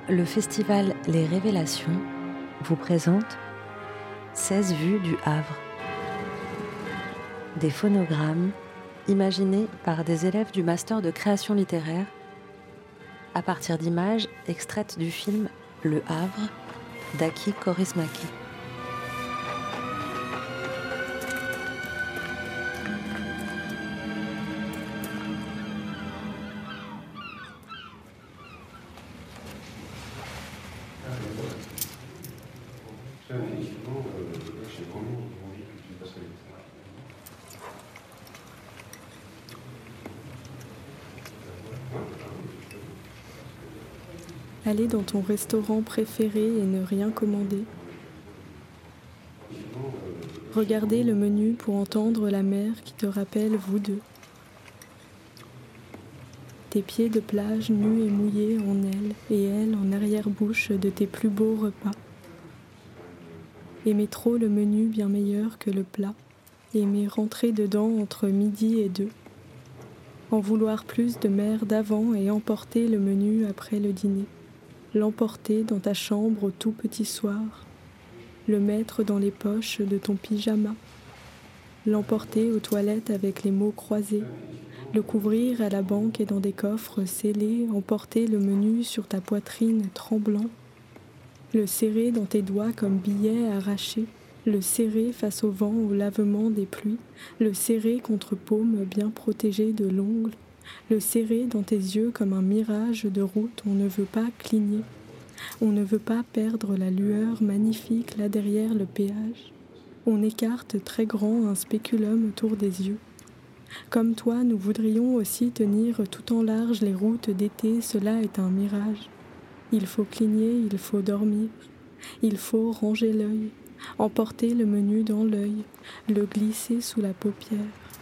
Le festival Les Révélations vous présente 16 vues du Havre. Des phonogrammes imaginés par des élèves du master de création littéraire à partir d'images extraites du film Le Havre d'Aki Kaurismäki. Aller dans ton restaurant préféré et ne rien commander. Regarder le menu pour entendre la mer qui te rappelle vous deux. Tes pieds de plage nus et mouillés en elle et elle en arrière-bouche de tes plus beaux repas. Aimer trop le menu bien meilleur que le plat. Aimer rentrer dedans entre midi et 2. En vouloir plus de mer d'avant et emporter le menu après le dîner. L'emporter dans ta chambre au tout petit soir, le mettre dans les poches de ton pyjama, l'emporter aux toilettes avec les mots croisés, le couvrir à la banque et dans des coffres scellés, emporter le menu sur ta poitrine tremblant, le serrer dans tes doigts comme billet arraché, le serrer face au vent au lavement des pluies, le serrer contre paume bien protégée de l'ongle, le serrer dans tes yeux comme un mirage de route, on ne veut pas cligner. On ne veut pas perdre la lueur magnifique là derrière le péage. On écarte très grand un spéculum autour des yeux. Comme toi, nous voudrions aussi tenir tout en large les routes d'été, cela est un mirage. Il faut cligner, il faut dormir. Il faut ranger l'œil, emporter le menu dans l'œil, le glisser sous la paupière.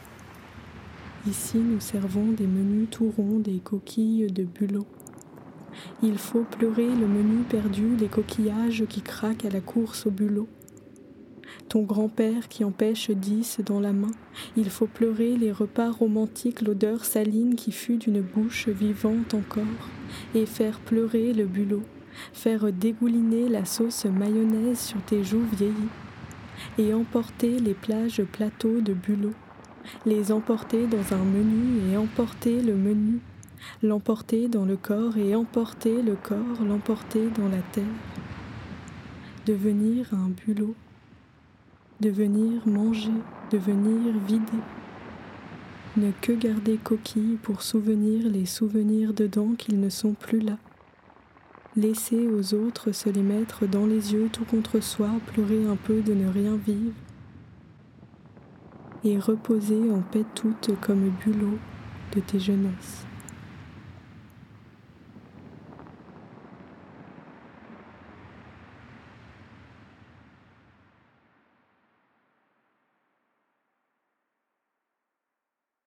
Ici, nous servons des menus tout ronds, des coquilles de bulot. Il faut pleurer le menu perdu, les coquillages qui craquent à la course au bulot. Ton grand-père qui empêche 10 dans la main. Il faut pleurer les repas romantiques, l'odeur saline qui fut d'une bouche vivante encore. Et faire pleurer le bulot, faire dégouliner la sauce mayonnaise sur tes joues vieillies. Et emporter les plages plateaux de bulot. Les emporter dans un menu et emporter le menu, l'emporter dans le corps et emporter le corps, l'emporter dans la terre. Devenir un bulot, devenir manger, devenir vider. Ne que garder coquille pour souvenir les souvenirs dedans qu'ils ne sont plus là. Laisser aux autres se les mettre dans les yeux tout contre soi, pleurer un peu de ne rien vivre. Et reposer en paix toute comme bulot de tes jeunesses.